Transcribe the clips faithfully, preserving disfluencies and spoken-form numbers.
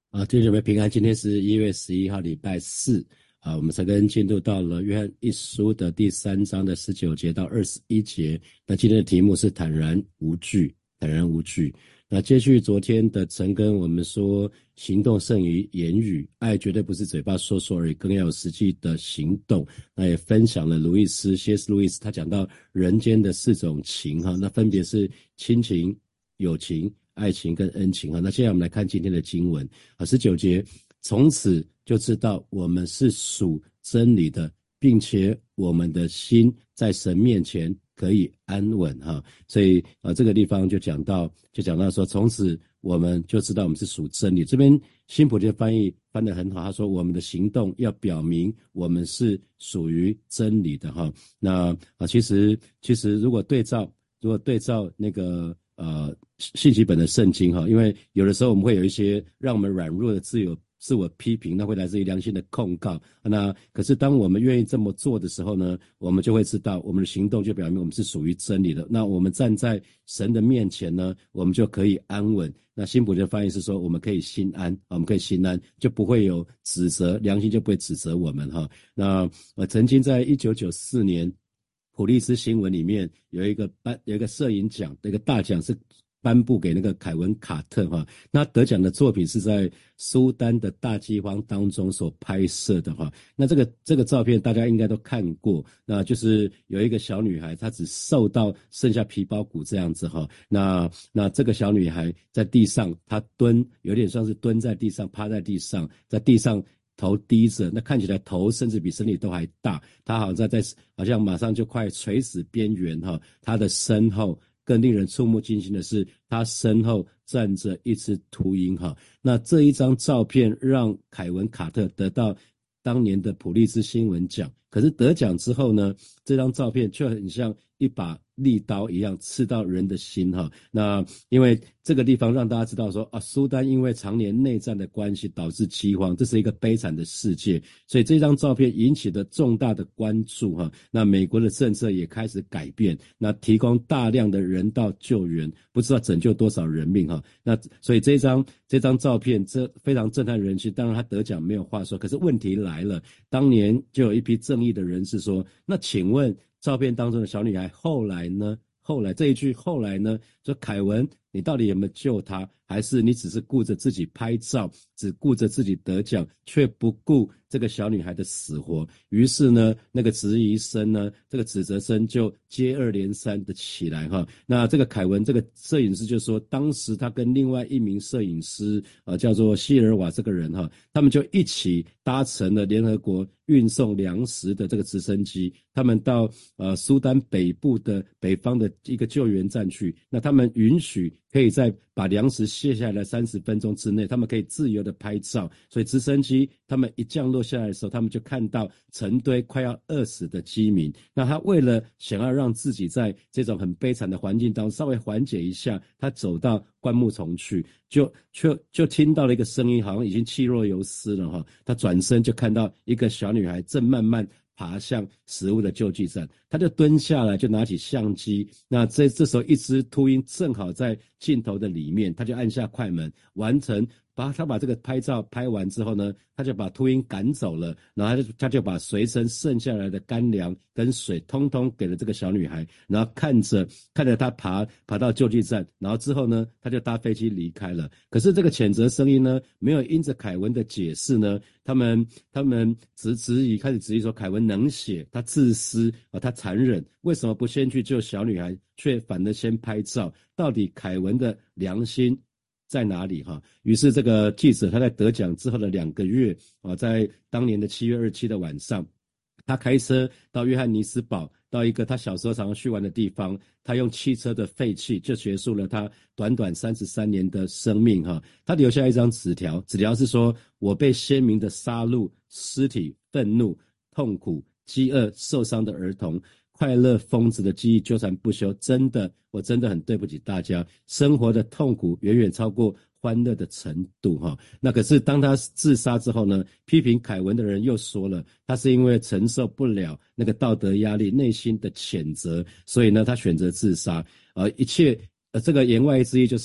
啊，弟兄姐妹平安，今天是一月十一号，礼拜四啊，我们才跟进度到了约翰一书的第三章的十九节到二十一节。那今天的题目是坦然无惧，坦然无惧。那接续昨天的陈根，我们说行动胜于言语，爱绝对不是嘴巴说说而已，更要有实际的行动。那也分享了路易斯 C S 路易斯他讲到人间的四种情哈，那分别是亲情、友情、爱情跟恩情哈。那现在我们来看今天的经文啊，十九节，从此就知道我们是属真理的，并且我们的心在神面前可以安稳哈。所以啊，这个地方就讲到，就讲到说，从此我们就知道我们是属真理。这边新普京翻译翻得很好，他说我们的行动要表明我们是属于真理的哈。那啊，其实其实如果对照，如果对照那个呃信息本的圣经哈，因为有的时候我们会有一些让我们软弱的自由自我批评，那会来自于良心的控告。那可是当我们愿意这么做的时候呢，我们就会知道我们的行动就表明我们是属于真理的。那我们站在神的面前呢，我们就可以安稳。那新普的翻译是说，我们可以心安，我们可以心安，就不会有指责，良心就不会指责我们哈。那我曾经在一九九四年普利兹新闻里面有一个颁有一个摄影奖的一个大奖是颁布给那个凯文卡特哈，那得奖的作品是在苏丹的大饥荒当中所拍摄的哈。那这个这个照片大家应该都看过，那就是有一个小女孩，她只瘦到剩下皮包骨这样子哈。那那这个小女孩在地上，她蹲，有点像是蹲在地上，趴在地上，在地上头低着，那看起来头甚至比身体都还大，她好像在好像马上就快垂死边缘哈。她的身后更令人触目惊心的是，他身后站着一只秃鹰哈。那这一张照片让凯文卡特得到当年的普利兹新闻奖，可是得奖之后呢，这张照片却很像一把利刀一样刺到人的心哈。那因为这个地方让大家知道说啊，苏丹因为常年内战的关系导致饥荒，这是一个悲惨的世界，所以这张照片引起了重大的关注哈。那美国的政策也开始改变，那提供大量的人道救援，不知道拯救多少人命哈。那所以这张这张照片这非常震撼人心，当然他得奖没有话说，可是问题来了，当年就有一批正义的人士说，那请问照片当中的小女孩后来呢？后来这一句后来呢，说凯文你到底有没有救她，还是你只是顾着自己拍照，只顾着自己得奖，却不顾这个小女孩的死活。于是呢，那个质疑声呢，这个指责声就接二连三的起来哈。那这个凯文这个摄影师就说，当时他跟另外一名摄影师呃叫做希尔瓦这个人哈，他们就一起搭乘了联合国运送粮食的这个直升机，他们到呃苏丹北部的北方的一个救援站去。那他们允许可以在把粮食卸下来三十分钟之内，他们可以自由的拍照。所以直升机他们一降落下来的时候，他们就看到成堆快要饿死的饥民。那他为了想要让自己在这种很悲惨的环境当中稍微缓解一下，他走到灌木丛去，就就就听到了一个声音，好像已经气若游丝了哈。他转身就看到一个小女孩正慢慢爬向食物的救济站，他就蹲下来，就拿起相机。那这这时候，一只秃鹰正好在镜头的里面，他就按下快门，完成把他把这个拍照拍完之后呢，他就把秃鹰赶走了，然后他就他就把随身剩下来的干粮跟水通通给了这个小女孩，然后看着看着她爬爬到救济站，然后之后呢，他就搭飞机离开了。可是这个谴责声音呢，没有因着凯文的解释呢，他们他们质质疑开始质疑说，凯文冷血，他自私啊，他残忍，为什么不先去救小女孩，却反而先拍照？到底凯文的良心在哪里哈？于是这个记者他在得奖之后的两个月啊，在当年的七月二十七的晚上，他开车到约翰尼斯堡，到一个他小时候常常去玩的地方，他用汽车的废气就结束了他短短三十三年的生命哈。他留下一张纸条，纸条是说，我被鲜明的杀戮、尸体、愤怒、痛苦、饥饿、受伤的儿童、快乐疯子的记忆纠缠不休，真的，我真的很对不起大家。生活的痛苦远远超过欢乐的程度哈。那可是当他自杀之后呢，批评凯文的人又说了，他是因为承受不了那个道德压力、内心的谴责，所以呢，他选择自杀。呃，一切呃，这个言外之意就是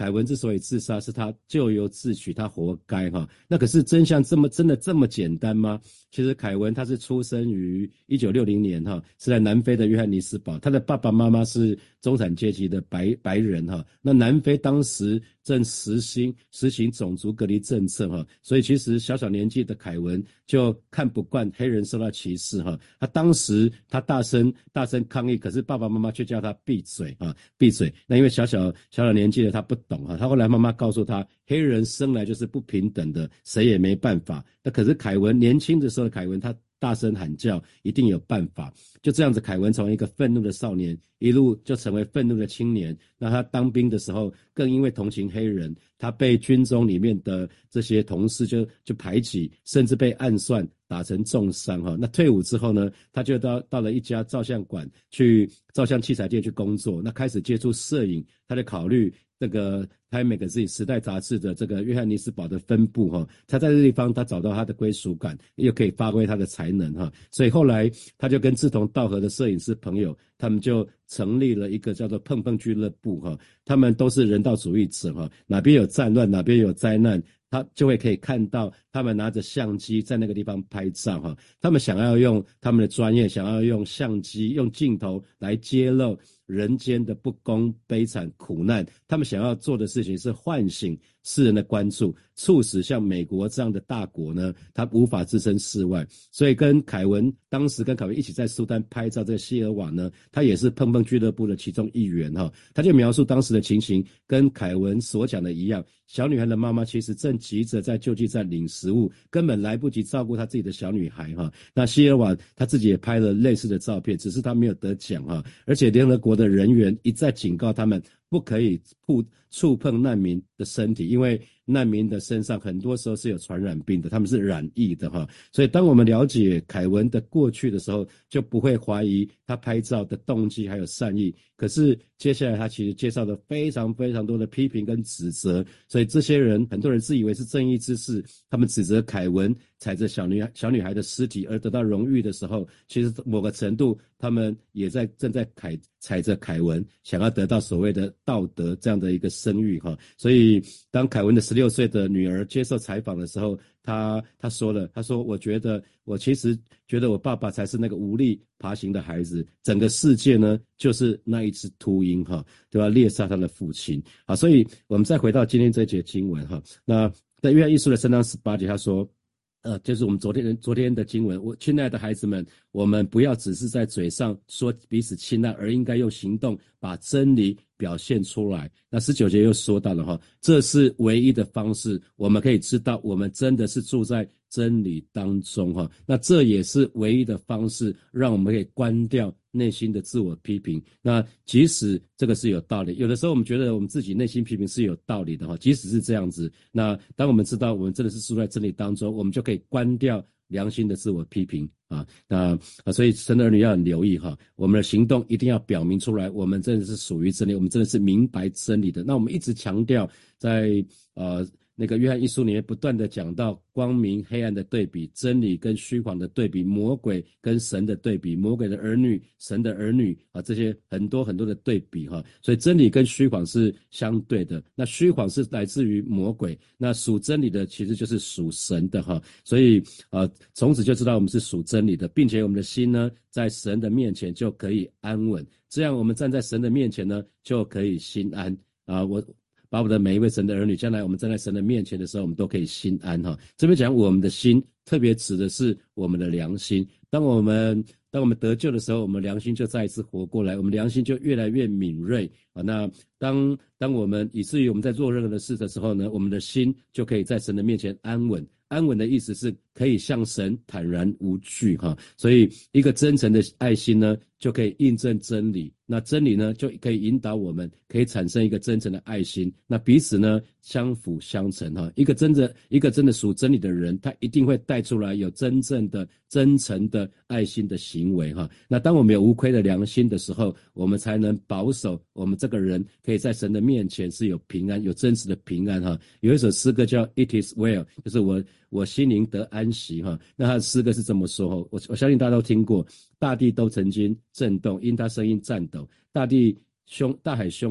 凯文之所以自杀，是他咎由自取，他活该哈。那可是真相这么真的这么简单吗？其实凯文他是出生于一九六零年哈，是在南非的约翰尼斯堡，他的爸爸妈妈是中产阶级的白白人哈。那南非当时正实行实行种族隔离政策哈，所以其实小小年纪的凯文就看不惯黑人受到歧视哈。他当时他大声大声抗议，可是爸爸妈妈却叫他闭嘴啊，闭嘴。那因为小小小小年纪的他不懂啊，他后来妈妈告诉他，黑人生来就是不平等的，谁也没办法。那可是凯文年轻的时候的凯文，他大声喊叫，一定有办法。就这样子，凯文从一个愤怒的少年，一路就成为愤怒的青年。那他当兵的时候，更因为同情黑人，他被军中里面的这些同事就就排挤，甚至被暗算，打成重伤哈。那退伍之后呢，他就到到了一家照相馆去照相器材店去工作。那开始接触摄影，他就考虑这个Time Magazine 时代杂志的这个约翰尼斯堡的分部哈，他在这个地方他找到他的归属感，又可以发挥他的才能哈，所以后来他就跟志同道合的摄影师朋友，他们就成立了一个叫做碰碰俱乐部哈，他们都是人道主义者哈，哪边有战乱哪边有灾难，他就会可以看到他们拿着相机在那个地方拍照哈，他们想要用他们的专业，想要用相机用镜头来揭露人间的不公、悲惨、苦难，他们想要做的事情是唤醒世人的关注，促使像美国这样的大国呢，他无法置身事外。所以跟凯文当时跟凯文一起在苏丹拍照，这个希尔瓦呢，他也是碰碰俱乐部的其中一员哈。他就描述当时的情形，跟凯文所讲的一样。小女孩的妈妈其实正急着在救济站领食物，根本来不及照顾她自己的小女孩哈。那希尔瓦他自己也拍了类似的照片，只是他没有得奖哈。而且联合国的人员一再警告他们，不可以触触碰难民的身体，因为难民的身上很多时候是有传染病的，他们是染疫的哈。所以当我们了解凯文的过去的时候，就不会怀疑他拍照的动机还有善意。可是接下来他其实介绍了非常非常多的批评跟指责，所以这些人很多人自以为是正义之士，他们指责凯文踩着小女孩小女孩的尸体而得到荣誉的时候，其实某个程度他们也在正在凯踩着凯文想要得到所谓的道德这样的一个声誉哈。所以当凯文的十六岁的女儿接受采访的时候，他他说了，他说我觉得我其实觉得我爸爸才是那个无力爬行的孩子，整个世界呢就是那一只秃鹰哈，对吧？猎杀他的父亲。好，所以我们再回到今天这节经文哈，那在约翰一书的三章十八节他说，呃，就是我们昨天昨天的经文，我亲爱的孩子们，我们不要只是在嘴上说彼此亲爱，而应该用行动把真理表现出来。那十九节又说到了哈，这是唯一的方式，我们可以知道我们真的是住在真理当中哈。那这也是唯一的方式，让我们可以关掉内心的自我批评。那即使这个是有道理，有的时候我们觉得我们自己内心批评是有道理的哈，即使是这样子，那当我们知道我们真的是住在真理当中，我们就可以关掉良心的自我批评啊。那啊，所以神的儿女要很留意哈，我们的行动一定要表明出来，我们真的是属于真理，我们真的是明白真理的。那我们一直强调在呃那个约翰一书里面不断的讲到光明黑暗的对比，真理跟虚谎的对比，魔鬼跟神的对比，魔鬼的儿女神的儿女啊，这些很多很多的对比哈。所以真理跟虚谎是相对的，那虚谎是来自于魔鬼，那属真理的其实就是属神的哈。所以呃从此就知道我们是属真理的，并且我们的心呢在神的面前就可以安稳，这样我们站在神的面前呢就可以心安啊。我把我们的每一位神的儿女，将来我们站在神的面前的时候，我们都可以心安哈。这边讲我们的心，特别指的是我们的良心。当我们当我们得救的时候，我们良心就再一次活过来，我们良心就越来越敏锐啊。那当当我们以至于我们在做任何的事的时候呢，我们的心就可以在神的面前安稳。安稳的意思是可以向神坦然无惧哈。所以一个真诚的爱心呢，就可以印证真理。那真理呢，就可以引导我们，可以产生一个真诚的爱心。那彼此呢，相辅相成哈。一个真的，一个真的属真理的人，他一定会带出来有真正的、真诚的爱心的行为哈。那当我们有无亏的良心的时候，我们才能保守我们这个人可以在神的面前是有平安，有真实的平安哈。有一首诗歌叫 It is well， 就是我我心灵得安息哈。那他的诗歌是这么说哈，我我相信大家都听过，大地都曾经震动，因他声音颤抖，大地汹大海汹涌，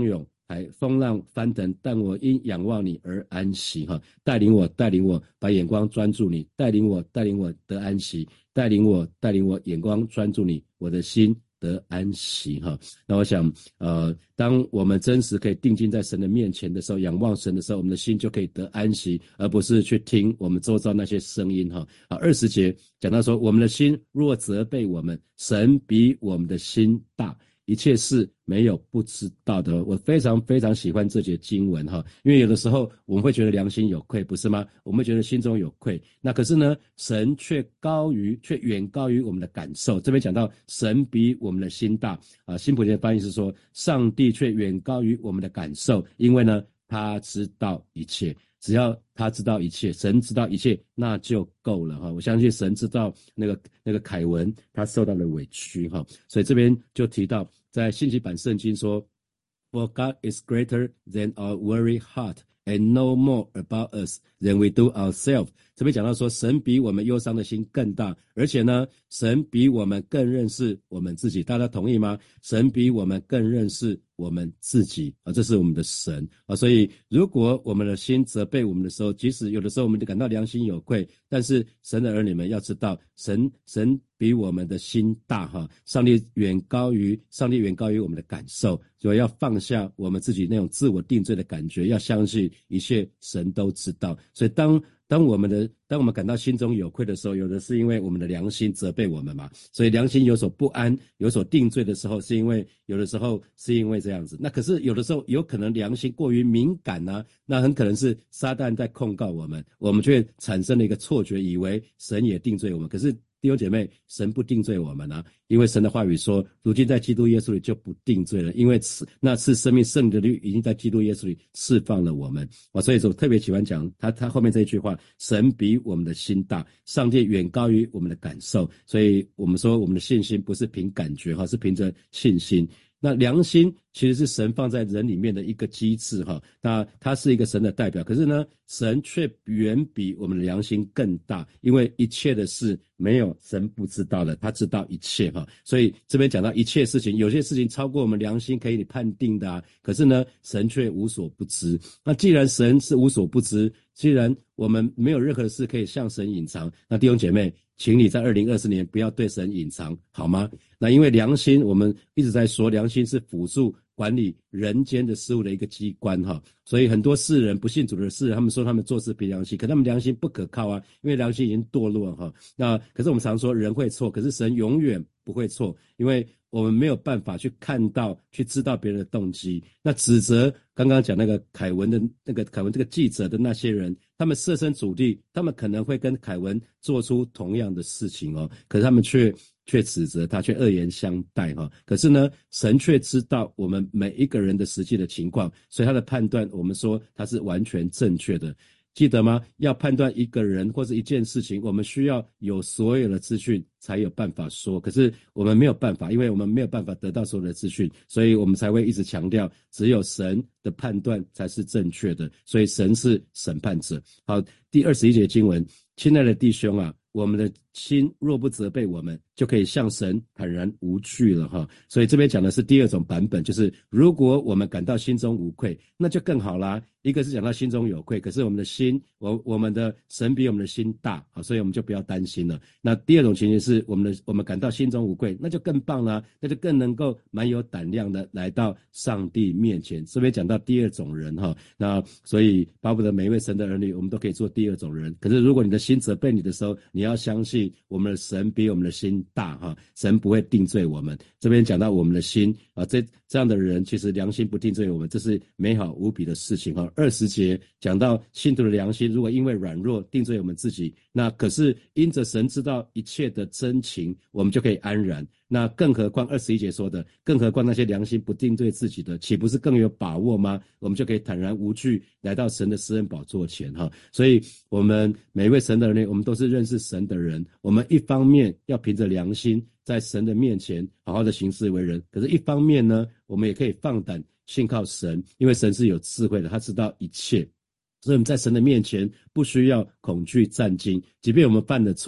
海风浪翻腾，但我因仰望你而安息哈。带领我，带领我，把眼光专注你，带领我，带领我得安息，带领我，带领我眼光专注你，我的心得安息哈。那我想呃当我们真实可以定睛在神的面前的时候，仰望神的时候，我们的心就可以得安息，而不是去听我们周遭那些声音哈。啊，二十节讲到说，我们的心若责备我们，神比我们的心大，一切事没有不知道的。我非常非常喜欢这节经文哈，因为有的时候我们会觉得良心有愧，不是吗？我们会觉得心中有愧，那可是呢，神却高于，却远高于我们的感受。这边讲到神比我们的心大啊，新普京的翻译是说，上帝却远高于我们的感受，因为呢，他知道一切。只要他知道一切，神知道一切，那就够了哈。我相信神知道那个那个凯文他受到了委屈哈，所以这边就提到在信息版圣经说 ，For God is greater than our very heart and know more about us than we do ourselves。这边讲到说，神比我们忧伤的心更大，而且呢，神比我们更认识我们自己。大家同意吗？神比我们更认识我们自己啊，这是我们的神啊。所以，如果我们的心责备我们的时候，即使有的时候我们就感到良心有愧，但是神的儿女们要知道，神神比我们的心大哈。上帝远高于上帝远高于我们的感受，所以要放下我们自己那种自我定罪的感觉，要相信一切神都知道。所以当当我们的当我们感到心中有愧的时候，有的是因为我们的良心责备我们嘛，所以良心有所不安，有所定罪的时候，是因为有的时候是因为这样子。那可是有的时候有可能良心过于敏感啊，那很可能是撒旦在控告我们，我们却产生了一个错觉，以为神也定罪我们。可是弟兄姐妹，神不定罪我们啊，因为神的话语说，如今在基督耶稣里就不定罪了，因为那次生命圣的律已经在基督耶稣里释放了我们啊。所以说我特别喜欢讲他他后面这一句话，神比我们的心大，上帝远高于我们的感受。所以我们说我们的信心不是凭感觉哈，是凭着信心。那良心其实是神放在人里面的一个机制哈，那它是一个神的代表，可是呢，神却远比我们的良心更大，因为一切的事没有神不知道的，他知道一切哈。所以这边讲到一切事情，有些事情超过我们良心可以判定的啊，可是呢，神却无所不知。那既然神是无所不知，既然我们没有任何事可以向神隐藏，那弟兄姐妹，请你在二零二四年不要对神隐藏，好吗？那因为良心，我们一直在说，良心是辅助管理人间的事物的一个机关哈，所以很多世人不信主的世人，他们说他们做事凭良心，可他们良心不可靠啊，因为良心已经堕落哈。那可是我们常说人会错，可是神永远不会错，因为我们没有办法去看到、去知道别人的动机。那指责刚刚讲那个凯文的那个凯文这个记者的那些人，他们设身处地，他们可能会跟凯文做出同样的事情哦，可是他们却却指责他，却恶言相待哈。可是呢，神却知道我们每一个人的实际的情况，所以他的判断，我们说他是完全正确的。记得吗？要判断一个人或者一件事情，我们需要有所有的资讯才有办法说。可是我们没有办法，因为我们没有办法得到所有的资讯，所以我们才会一直强调，只有神的判断才是正确的。所以神是审判者。好，第二十一节经文，亲爱的弟兄啊，我们的心若不责备我们，就可以向神坦然无惧了哈。所以这边讲的是第二种版本，就是如果我们感到心中无愧，那就更好啦。一个是讲到心中有愧，可是我们的心，我我们的神比我们的心大啊，所以我们就不要担心了。那第二种情形是我们的我们感到心中无愧，那就更棒啦，那就更能够蛮有胆量的来到上帝面前。这边讲到第二种人哈，那所以巴不得每一位神的儿女，我们都可以做第二种人。可是如果你的心责备你的时候，你要相信我们的神比我们的心大哈，神不会定罪我们。这边讲到我们的心啊，这这样的人其实良心不定罪我们，这是美好无比的事情哈。二十节讲到信徒的良心，如果因为软弱定罪我们自己，那可是因着神知道一切的真情，我们就可以安然。那更何况二十一节说的，更何况那些良心不定罪自己的，岂不是更有把握吗？我们就可以坦然无惧来到神的施恩宝座前哈。所以我们每一位神的儿女，我们都是认识神的人，我们一方面要凭着良心在神的面前好好的行事为人，可是一方面呢，我们也可以放胆信靠神，因为神是有智慧的，他知道一切。所以我们在神的面前不需要恐惧战惊，即便我们犯了错，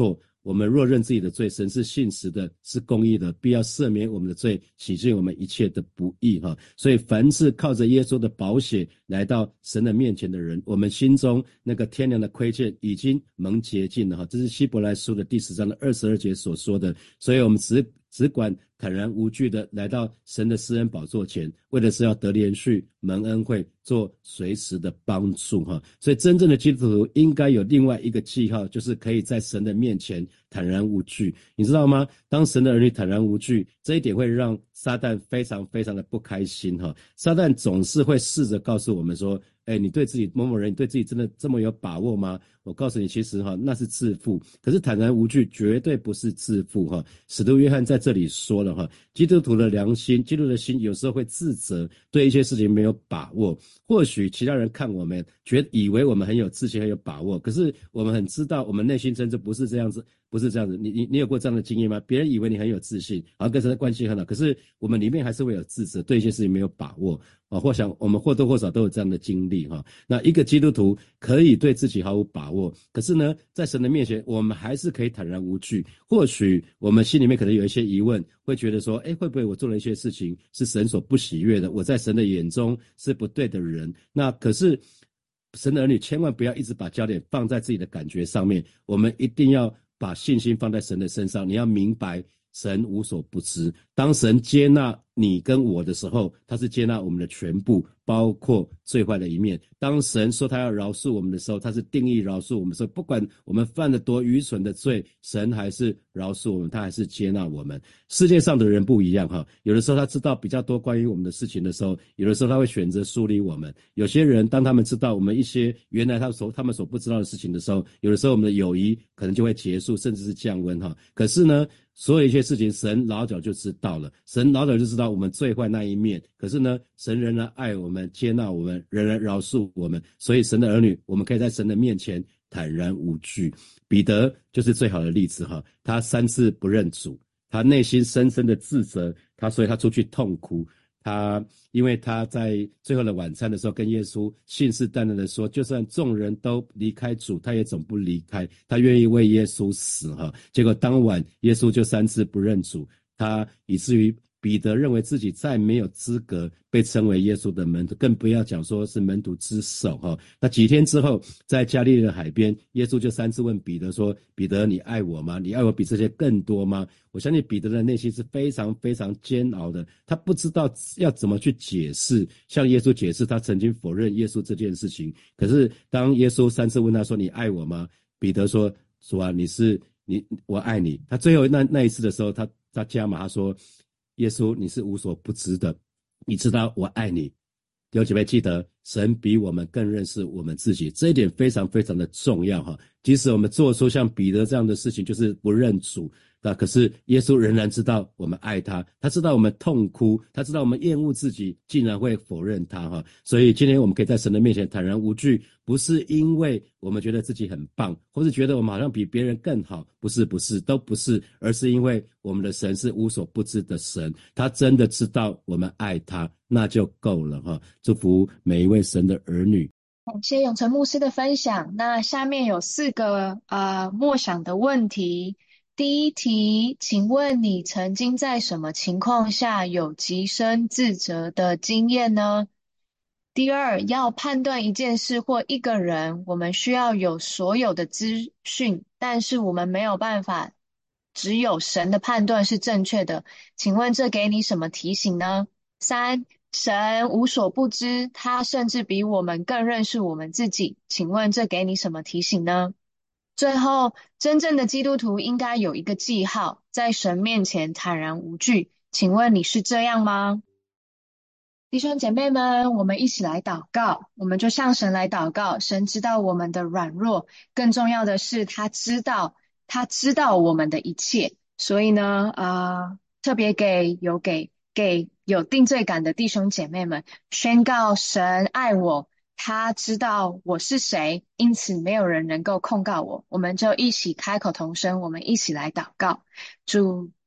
我们若认自己的罪，神是信实的，是公义的，必要赦免我们的罪，洗净我们一切的不义哈。所以凡是靠着耶稣的宝血来到神的面前的人，我们心中那个天良的亏欠已经蒙洁净了哈。这是希伯来书的第十章的二十二节所说的。所以我们只只管坦然无惧的来到神的施恩宝座前，为的是要得连续蒙恩惠，做随时的帮助哈。所以真正的基督徒应该有另外一个记号，就是可以在神的面前坦然无惧。你知道吗？当神的儿女坦然无惧，这一点会让撒旦非常非常的不开心哈。撒旦总是会试着告诉我们说，哎，你对自己某某人，你对自己真的这么有把握吗？我告诉你，其实哈，那是自负。可是坦然无惧绝对不是自负哈。使徒约翰在这里说了哈，基督徒的良心，基督徒的心有时候会自责，对一些事情没有把握。或许其他人看我们，觉得以为我们很有自信、很有把握，可是我们很知道，我们内心真正不是这样子，不是这样子。你你你有过这样的经验吗？别人以为你很有自信，好像跟神的关系很好，可是我们里面还是会有自责，对一些事情没有把握。啊，或想我们或多或少都有这样的经历哈。那一个基督徒可以对自己毫无把握，可是呢，在神的面前，我们还是可以坦然无惧。或许我们心里面可能有一些疑问，会觉得说，哎，会不会我做了一些事情是神所不喜悦的？我在神的眼中是不对的人。那可是神的儿女千万不要一直把焦点放在自己的感觉上面，我们一定要把信心放在神的身上。你要明白，神无所不知。当神接纳你跟我的时候，他是接纳我们的全部，包括最坏的一面。当神说他要饶恕我们的时候，他是定义饶恕我们。所以不管我们犯了多愚蠢的罪，神还是饶恕我们，他还是接纳我们。世界上的人不一样哈，有的时候他知道比较多关于我们的事情的时候，有的时候他会选择疏离我们。有些人当他们知道我们一些原来他所他们所不知道的事情的时候，有的时候我们的友谊可能就会结束，甚至是降温哈。可是呢，所有一些事情神老早就知道了，神老早就知道我们最坏那一面，可是呢，神仍然爱我们，接纳我们，仍然饶恕我们。所以神的儿女，我们可以在神的面前坦然无惧。彼得就是最好的例子哈，他三次不认主，他内心深深的自责，他所以他出去痛哭。他因为他在最后的晚餐的时候跟耶稣信誓旦旦的说，就算众人都离开主，他也总不离开，他愿意为耶稣死哈。结果当晚耶稣就三次不认主，他以至于彼得认为自己再没有资格被称为耶稣的门徒，更不要讲说是门徒之首哈。那几天之后，在加利利的海边，耶稣就三次问彼得说，彼得，你爱我吗？你爱我比这些更多吗？我相信彼得的内心是非常非常煎熬的，他不知道要怎么去解释，向耶稣解释他曾经否认耶稣这件事情。可是当耶稣三次问他说，你爱我吗？彼得说，主啊，你是你我爱你。他最后那那一次的时候，他他加码，他说，耶稣，你是无所不知的，你知道我爱你。弟兄姐妹，记得神比我们更认识我们自己，这一点非常非常的重要哈。即使我们做出像彼得这样的事情，就是不认主，那可是耶稣仍然知道我们爱他，他知道我们痛哭，他知道我们厌恶自己，竟然会否认他哈。所以今天我们可以在神的面前坦然无惧，不是因为我们觉得自己很棒，或是觉得我们好像比别人更好，不是不是都不是，而是因为我们的神是无所不知的神，他真的知道我们爱他，那就够了哈。祝福每一位神的儿女。 感谢永成牧师的分享。那下面有四个呃默想的问题。第一题，请问你曾经在什么情况下有极深自责的经验呢？第二，要判断一件事或一个人，我们需要有所有的资讯，但是我们没有办法，只有神的判断是正确的。请问这给你什么提醒呢？三，神无所不知，他甚至比我们更认识我们自己。请问这给你什么提醒呢？最后，真正的基督徒应该有一个记号，在神面前坦然无惧。请问你是这样吗？弟兄姐妹们，我们一起来祷告，我们就向神来祷告。神知道我们的软弱，更重要的是他知道，他知道我们的一切。所以呢，呃，特别给有给给有定罪感的弟兄姐妹们宣告：神爱我，他知道我是谁，因此没有人能够控告我。我们就一起开口同声，我们一起来祷告。主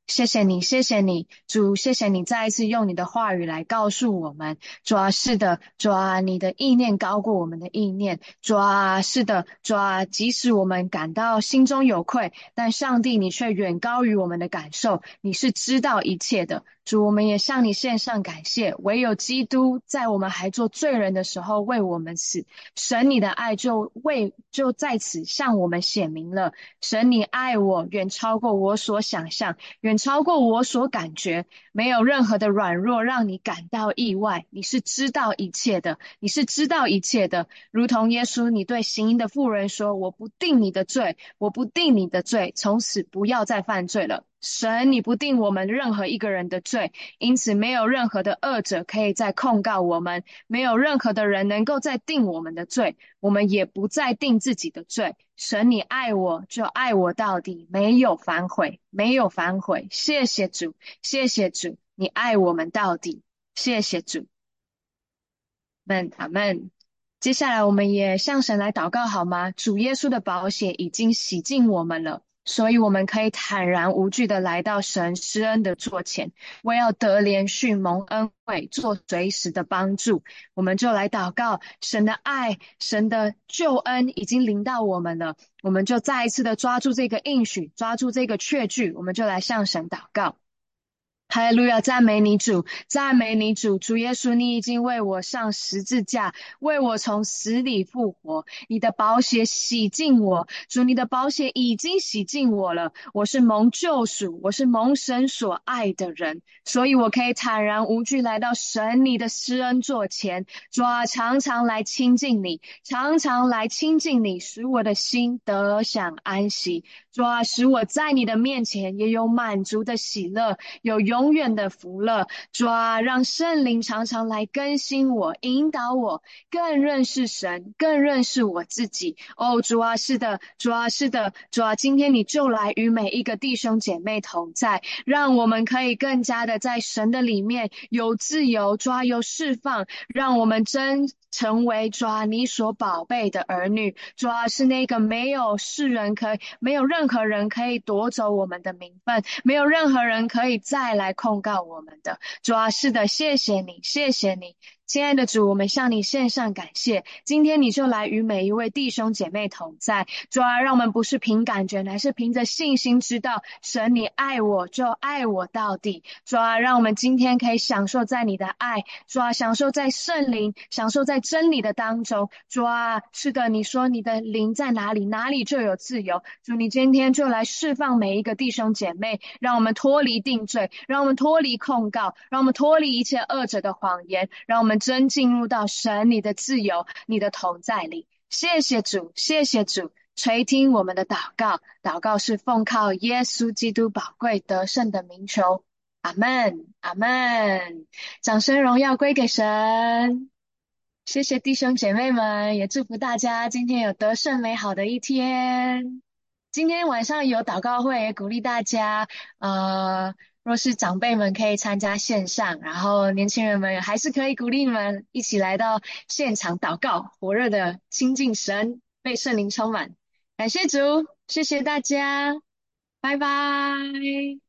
谢谢你，谢谢你，主，谢谢你再一次用你的话语来告诉我们，主啊，是的，主啊，你的意念高过我们的意念，主啊，是的，主啊，即使我们感到心中有愧，但上帝你却远高于我们的感受，你是知道一切的。主，我们也向你献上感谢，唯有基督在我们还做罪人的时候为我们死，神你的爱就为就在此向我们显明了，神你爱我远超过我所想象。远超过我所感觉，没有任何的软弱让你感到意外。你是知道一切的，你是知道一切的。如同耶稣，你对行淫的妇人说：“我不定你的罪，我不定你的罪，从此不要再犯罪了。”神，你不定我们任何一个人的罪，因此没有任何的恶者可以再控告我们，没有任何的人能够再定我们的罪，我们也不再定自己的罪。神，你爱我就爱我到底，没有反悔，没有反悔。谢谢主，谢谢主，你爱我们到底，谢谢主。们阿们。接下来我们也向神来祷告好吗？主耶稣的宝血已经洗净我们了，所以我们可以坦然无惧的来到神施恩的座前，为要得连续蒙恩惠，做随时的帮助。我们就来祷告，神的爱，神的救恩已经临到我们了，我们就再一次的抓住这个应许，抓住这个确据，我们就来向神祷告。哈利路亚，赞美你主，赞美你主，主耶稣，你已经为我上十字架，为我从死里复活，你的宝血洗净我，主，你的宝血已经洗净我了，我是蒙救赎，我是蒙神所爱的人，所以我可以坦然无惧来到神你的施恩座前，主啊，常常来亲近你，常常来亲近你，使我的心得享安息，主啊，使我在你的面前也有满足的喜乐，有永远的福乐。主啊，让圣灵常常来更新我，引导我，更认识神，更认识我自己。哦，主啊，是的，主啊，是的，主啊，今天你就来与每一个弟兄姐妹同在，让我们可以更加的在神的里面有自由，主啊，有释放，让我们真成为主啊你所宝贝的儿女。主啊，是那个没有世人可以，没有任何人可以夺走我们的名分，没有任何人可以再来控告我们的。主啊，是的，谢谢你，谢谢你。亲爱的主，我们向你献上感谢。今天你就来与每一位弟兄姐妹同在，主啊，让我们不是凭感觉，乃是凭着信心知道，神你爱我就爱我到底。主啊，让我们今天可以享受在你的爱，主啊，享受在圣灵，享受在真理的当中。主啊，是的，你说你的灵在哪里，哪里就有自由。主，你今天就来释放每一个弟兄姐妹，让我们脱离定罪，让我们脱离控告，让我们脱离一切恶者的谎言，让我们真进入到神你的自由，你的同在里。谢谢主，谢谢主，垂听我们的祷告，祷告是奉靠耶稣基督宝贵得胜的名求。阿们，阿们，掌声荣耀归给神。谢谢弟兄姐妹们，也祝福大家今天有得胜美好的一天。今天晚上有祷告会，也鼓励大家，呃，若是长辈们可以参加线上，然后年轻人们还是可以鼓励你们一起来到现场祷告，火热的亲近神，被圣灵充满。感谢主，谢谢大家，拜拜。